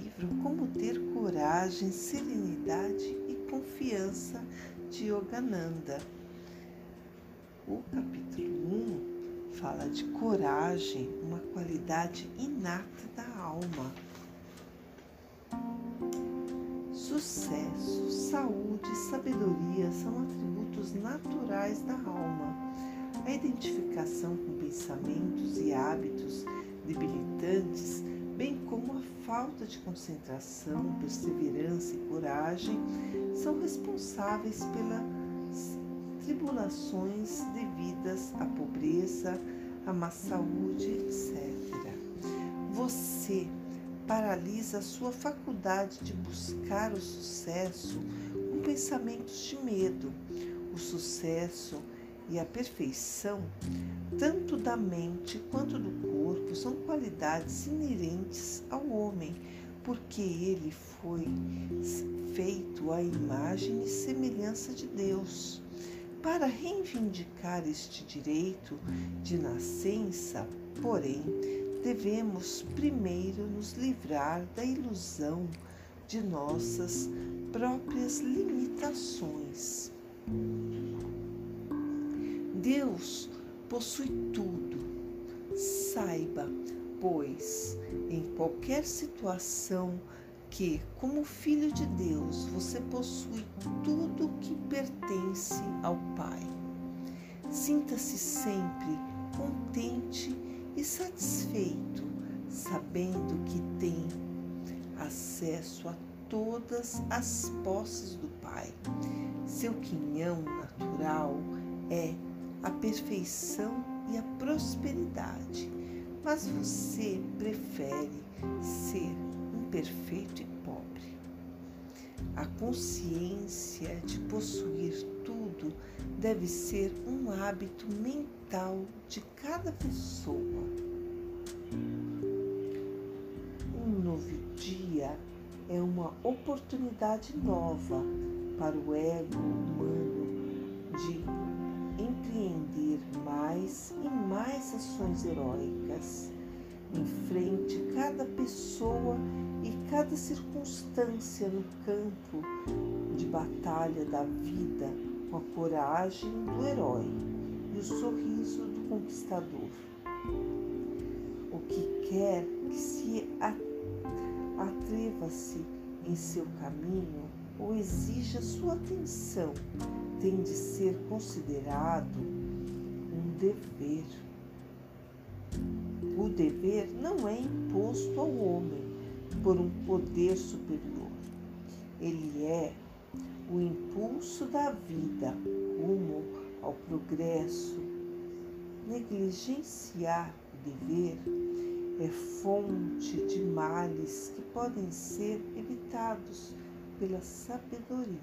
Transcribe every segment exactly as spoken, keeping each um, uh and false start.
livro Como Ter Coragem, Serenidade e Confiança, de Yogananda. O capítulo um fala de coragem, uma qualidade inata da alma. Sucesso, saúde e sabedoria são atributos naturais da alma. A identificação com pensamentos e hábitos debilitantes, bem como a falta de concentração, perseverança e coragem, são responsáveis pelas tribulações devidas à pobreza, à má saúde, etcétera. Você paralisa a sua faculdade de buscar o sucesso com pensamentos de medo. O sucesso e a perfeição, tanto da mente quanto do corpo, são qualidades inerentes ao homem, porque ele foi feito à imagem e semelhança de Deus. Para reivindicar este direito de nascença, porém, devemos primeiro nos livrar da ilusão de nossas próprias limitações. Deus possui tudo. Saiba, pois, em qualquer situação que, como filho de Deus, você possui tudo que pertence ao Pai. Sinta-se sempre contente e satisfeito, sabendo que tem acesso a todas as posses do Pai. Seu quinhão natural é a perfeição e a prosperidade, mas você prefere ser imperfeito e pobre. A consciência de possuir tudo deve ser um hábito mental de cada pessoa. Um novo dia é uma oportunidade nova para o ego humano de empreender mais e mais ações heróicas. Enfrente cada pessoa e cada circunstância no campo de batalha da vida com a coragem do herói e o sorriso do conquistador. O que quer que se atreva-se em seu caminho ou exija sua atenção tem de ser considerado um dever. O dever não é imposto ao homem por um poder superior. Ele é o impulso da vida rumo ao progresso. Negligenciar o dever é fonte de males que podem ser evitados pela sabedoria.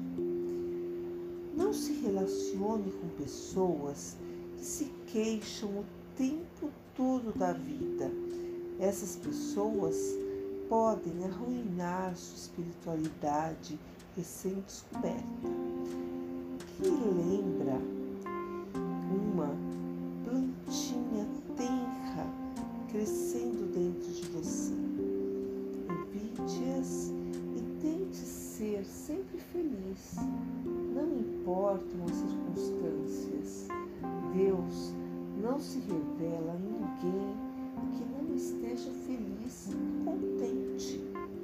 Não se relacione com pessoas que se queixam o tempo todo da vida. Essas pessoas podem arruinar sua espiritualidade recém-descoberta, que lembra uma plantinha tenra crescendo dentro de você. Evite-as e tente ser sempre feliz. Não importam as circunstâncias. Deus não se revela a ninguém que não esteja feliz e contente.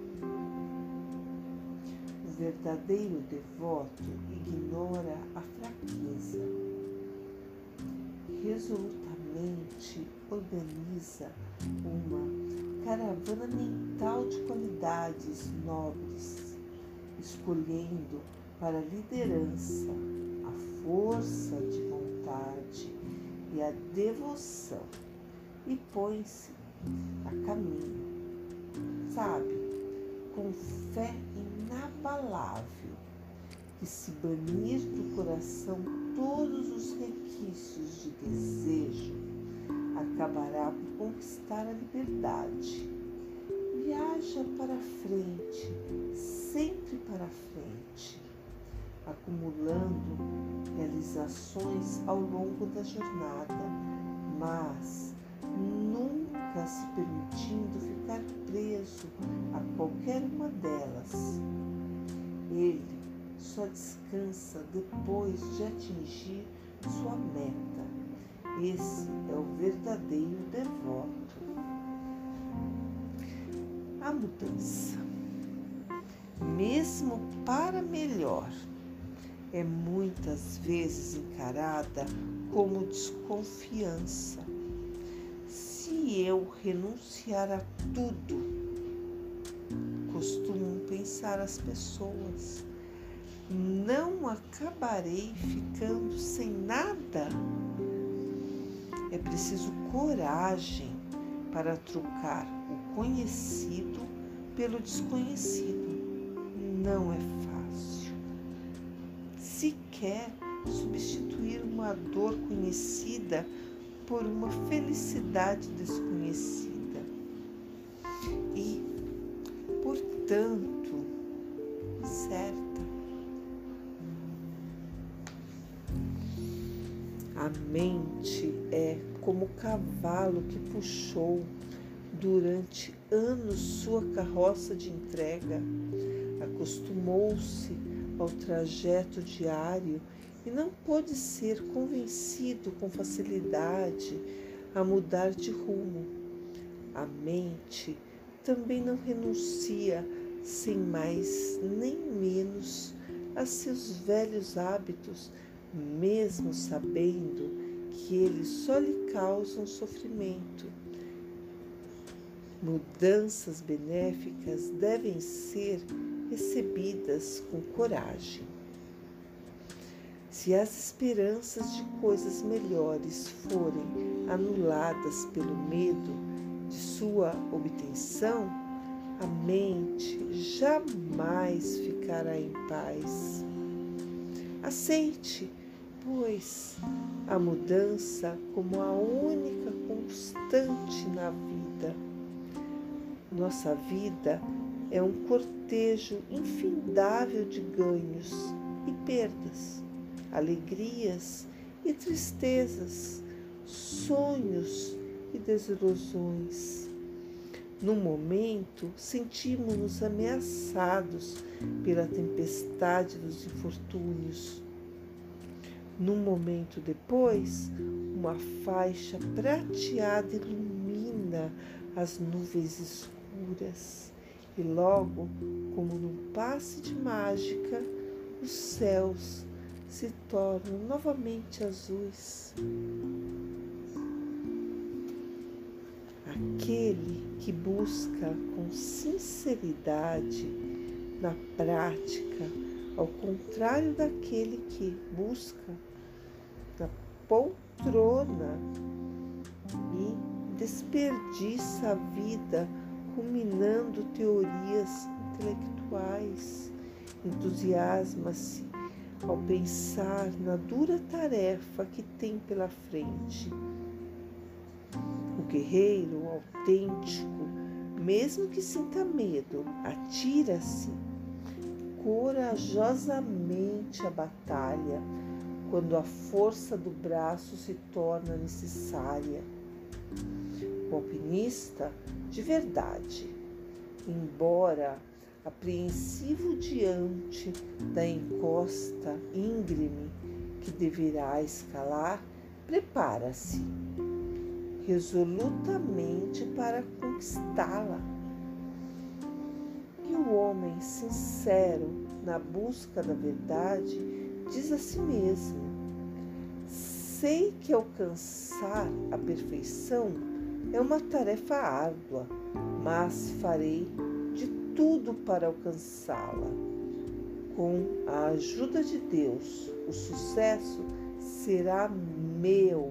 O verdadeiro devoto ignora a fraqueza. Resolutamente organiza uma caravana mental de qualidades nobres, escolhendo para a liderança a força de vontade e a devoção, e põe-se a caminho, sabe, com fé inabalável, que se banir do coração todos os requisitos de desejo, acabará por conquistar a liberdade. Viaja para frente, sempre para frente, acumulando realizações ao longo da jornada, mas nunca acaba se permitindo ficar preso a qualquer uma delas. Ele só descansa depois de atingir sua meta. Esse é o verdadeiro devoto. A mudança, mesmo para melhor, é muitas vezes encarada como desconfiança. Se eu renunciar a tudo, costumam pensar as pessoas, não acabarei ficando sem nada? É preciso coragem para trocar o conhecido pelo desconhecido. Não é fácil. Sequer substituir uma dor conhecida por uma felicidade desconhecida. E, portanto, certa. A mente é como o cavalo que puxou durante anos sua carroça de entrega. Acostumou-se ao trajeto diário e não pôde ser convencido com facilidade a mudar de rumo. A mente também não renuncia sem mais nem menos a seus velhos hábitos, mesmo sabendo que eles só lhe causam sofrimento. Mudanças benéficas devem ser recebidas com coragem. Se as esperanças de coisas melhores forem anuladas pelo medo de sua obtenção, a mente jamais ficará em paz. Aceite, pois, a mudança como a única constante na vida. Nossa vida é um cortejo infindável de ganhos e perdas, alegrias e tristezas, sonhos e desilusões. No momento, sentimos-nos ameaçados pela tempestade dos infortúnios. Num momento depois, uma faixa prateada ilumina as nuvens escuras e logo, como num passe de mágica, os céus se tornam novamente azuis. Aquele que busca com sinceridade na prática, ao contrário daquele que busca na poltrona e desperdiça a vida ruminando teorias intelectuais, entusiasma-se ao pensar na dura tarefa que tem pela frente. O guerreiro autêntico, mesmo que sinta medo, atira-se corajosamente à batalha quando a força do braço se torna necessária. O alpinista, de verdade, embora apreensivo diante da encosta íngreme que deverá escalar, prepara-se resolutamente para conquistá-la. E o homem sincero na busca da verdade diz a si mesmo: sei que alcançar a perfeição é uma tarefa árdua, mas farei de tudo para alcançá-la. Com a ajuda de Deus, o sucesso será meu.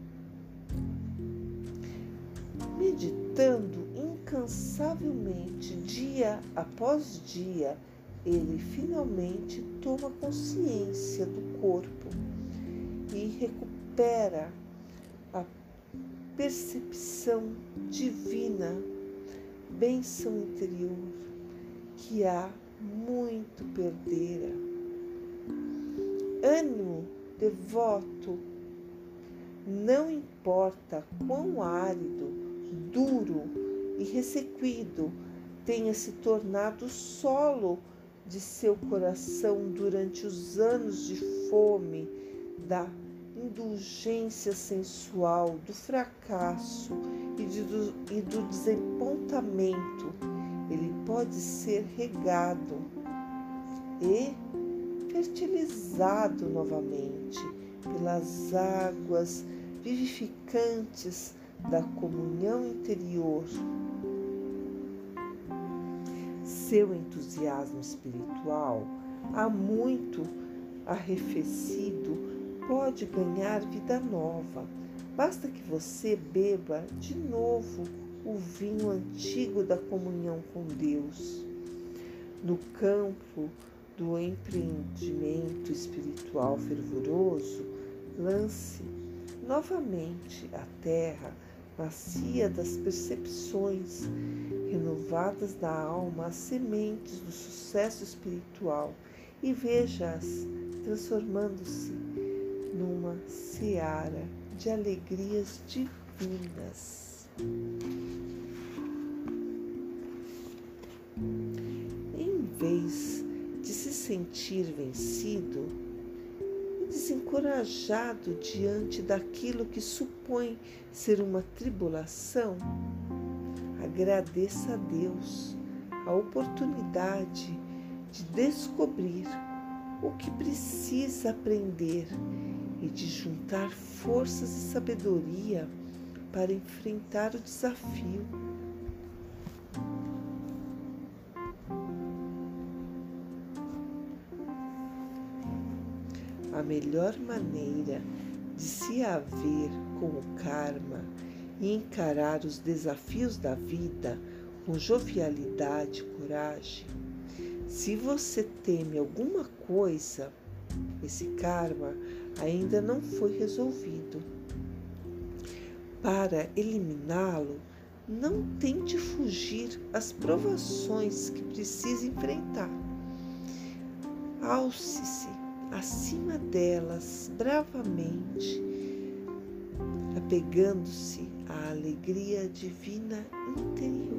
Meditando incansavelmente, dia após dia, ele finalmente toma consciência do corpo e recupera a percepção divina, bênção interior, que há muito perdera. Ânimo, devoto, não importa quão árido duro e ressequido tenha se tornado solo de seu coração durante os anos de fome, da indulgência sensual, do fracasso e, de, do, e do desapontamento, ele pode ser regado e fertilizado novamente pelas águas vivificantes da comunhão interior. Seu entusiasmo espiritual, há muito arrefecido, pode ganhar vida nova. Basta que você beba de novo o vinho antigo da comunhão com Deus. No campo do empreendimento espiritual fervoroso, lance novamente a terra macia das percepções renovadas da alma, as sementes do sucesso espiritual, e veja-as transformando-se numa seara de alegrias divinas. Em vez de se sentir vencido e desencorajado diante daquilo que supõe ser uma tribulação, agradeça a Deus a oportunidade de descobrir o que precisa aprender e de juntar forças e sabedoria para enfrentar o desafio. A melhor maneira de se haver com o karma e encarar os desafios da vida com jovialidade e coragem. Se você teme alguma coisa, esse karma ainda não foi resolvido. Para eliminá-lo, não tente fugir às provações que precisa enfrentar. Alce-se acima delas bravamente, apegando-se à alegria divina interior.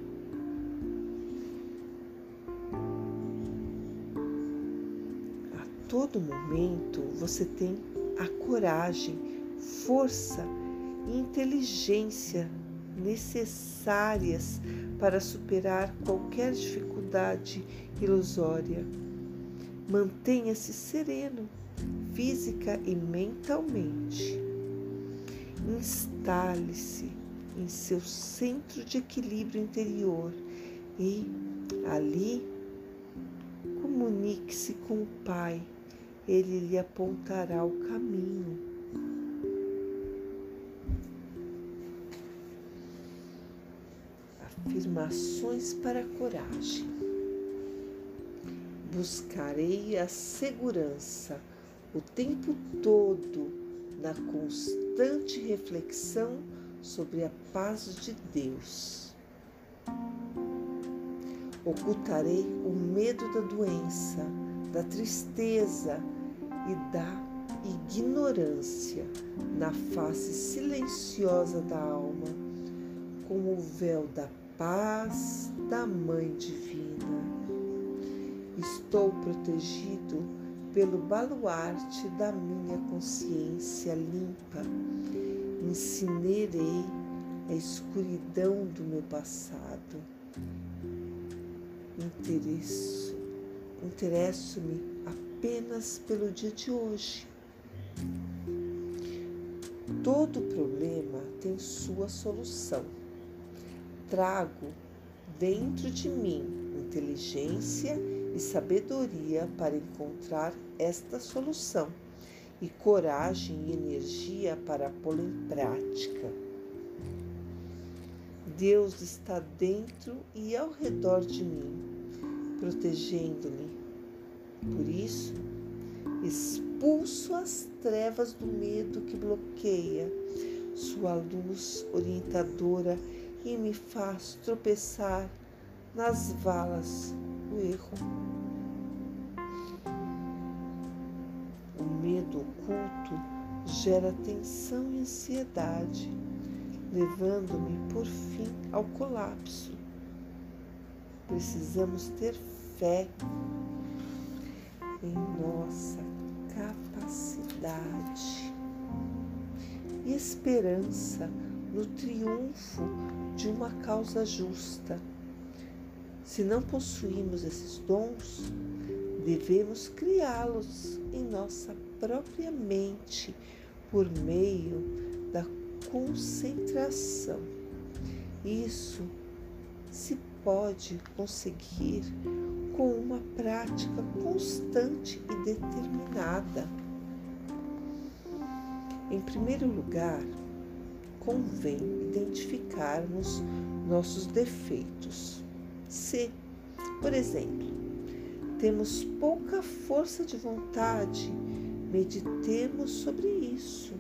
A todo momento você tem a coragem, força e inteligência necessárias para superar qualquer dificuldade ilusória. Mantenha-se sereno, física e mentalmente. Instale-se em seu centro de equilíbrio interior e, ali, comunique-se com o Pai. Ele lhe apontará o caminho. Afirmações para a coragem. Buscarei a segurança o tempo todo na constante reflexão sobre a paz de Deus. Ocultarei o medo da doença, da tristeza e da ignorância na face silenciosa da alma, com o véu da paz da Mãe Divina. Estou protegido pelo baluarte da minha consciência limpa. Incinerei a escuridão do meu passado. Interesso, interesso-me apenas pelo dia de hoje. Todo problema tem sua solução. Trago dentro de mim inteligência e sabedoria para encontrar esta solução, e coragem e energia para pô-la em prática. Deus está dentro e ao redor de mim, protegendo-me. Por isso, expulso as trevas do medo que bloqueia sua luz orientadora e me faz tropeçar nas valas do erro. O medo oculto gera tensão e ansiedade. levando-me, por fim, ao colapso. Precisamos ter fé em nossa capacidade e esperança no triunfo de uma causa justa. Se não possuímos esses dons, devemos criá-los em nossa própria mente por meio da concentração. Isso se pode conseguir com uma prática constante e determinada. Em primeiro lugar, convém identificarmos nossos defeitos. Se, por exemplo, temos pouca força de vontade, meditemos sobre isso.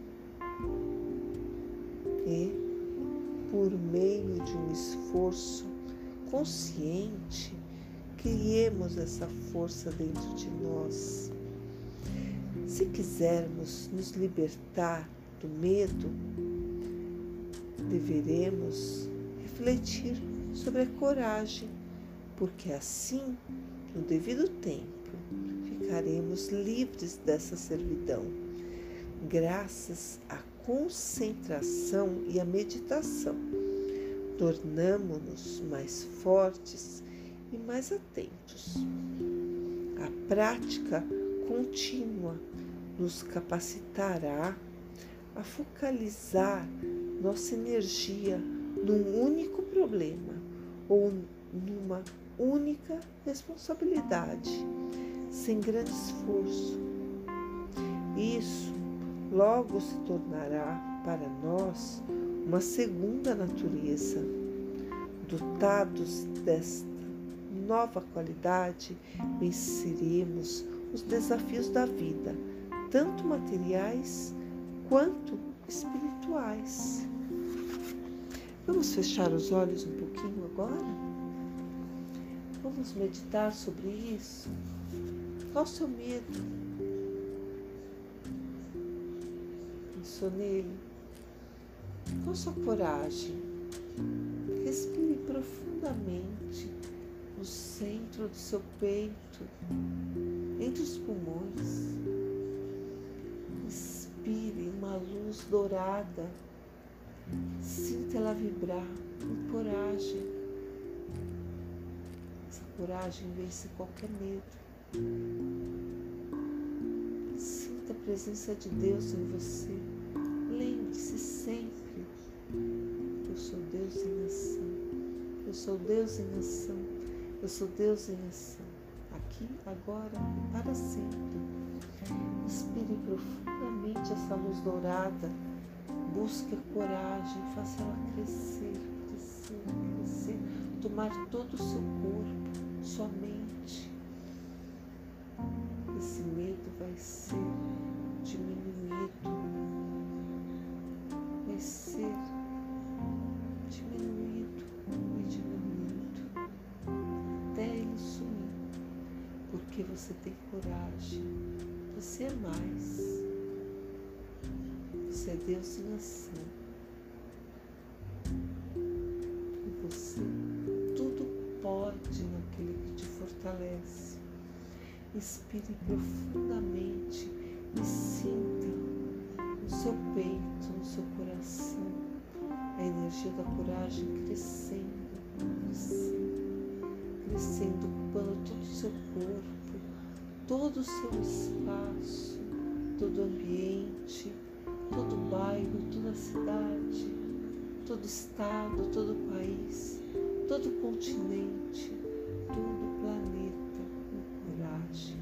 E, por meio de um esforço consciente, criemos essa força dentro de nós. Se quisermos nos libertar do medo, deveremos refletir sobre a coragem, porque assim, no devido tempo, ficaremos livres dessa servidão, graças à concentração e à meditação. Tornamo-nos mais fortes e mais atentos. A prática contínua nos capacitará a focalizar nossa energia num único problema ou numa única responsabilidade, sem grande esforço. Isso logo se tornará para nós uma segunda natureza. Dotados desta nova qualidade, venceremos os desafios da vida, tanto materiais quanto espirituais. Vamos fechar os olhos um pouquinho agora? Vamos meditar sobre isso? Qual o seu medo? Pensou nele? Qual a sua coragem? Respire profundamente no centro do seu peito, entre os pulmões. Inspire uma luz dourada. Sinta ela vibrar com coragem. Essa coragem vence qualquer medo. Sinta a presença de Deus em você. Lembre-se sempre: eu sou Deus em ação. Eu sou Deus em ação. Eu sou Deus em ação. Aqui, agora e para sempre. Inspire profundamente essa luz dourada. Busque a coragem, faça ela crescer, crescer, crescer, tomar todo o seu corpo, sua mente. Esse medo vai ser diminuído, vai ser diminuído e diminuído, até ele sumir, porque você tem coragem, você é mais. Você é Deus em ação. E você tudo pode naquele que te fortalece. Inspire profundamente e sinta no seu peito, no seu coração, a energia da coragem crescendo, crescendo, crescendo, ocupando todo o seu corpo, todo o seu espaço, todo o ambiente, todo o bairro, toda a cidade, todo o estado, todo o país, todo o continente, todo o planeta com coragem.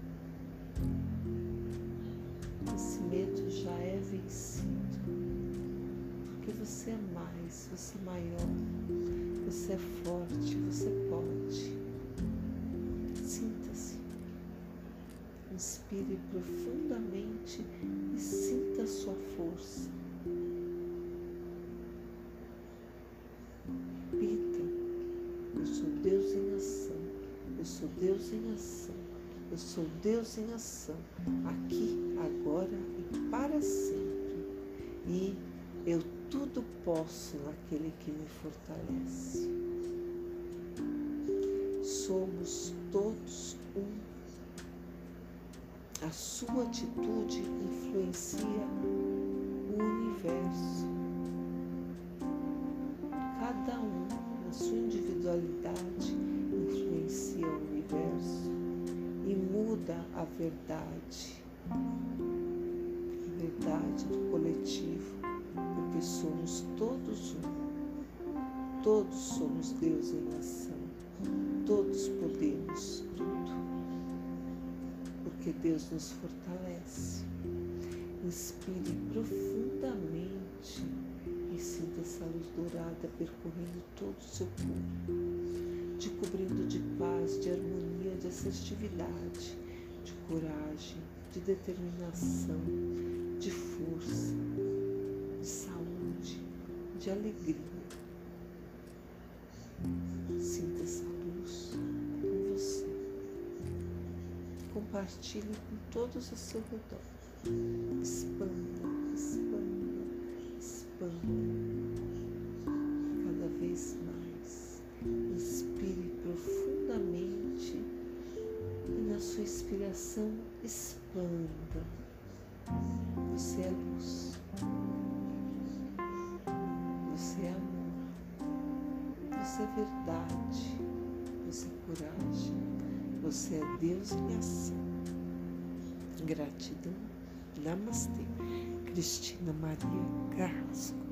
Esse medo já é vencido, porque você é mais, você é maior, você é forte, você pode. Sinta-se. Inspire profundamente e sinta a sua força. Repita: eu sou Deus em ação, eu sou Deus em ação, eu sou Deus em ação, aqui, agora e para sempre. E eu tudo posso naquele que me fortalece. Somos todos um. A sua atitude influencia o universo. Cada um, na sua individualidade, influencia o universo e muda a verdade. A verdade do coletivo, porque somos todos um. Todos somos Deus em ação. Todos podemos tudo, porque Deus nos fortalece. Inspire profundamente e sinta essa luz dourada percorrendo todo o seu corpo, te cobrindo de paz, de harmonia, de assertividade, de coragem, de determinação, de força, de saúde, de alegria. Sinta essa luz com você. Compartilhe com todos ao seu redor. Expanda, expanda, expanda. Cada vez mais. Inspire profundamente e na sua expiração expanda. Você é luz. Você é amor. Você é verdade, você é coragem, você é Deus em ação. Gratidão. Namastê. Cristina Maria Carrasco.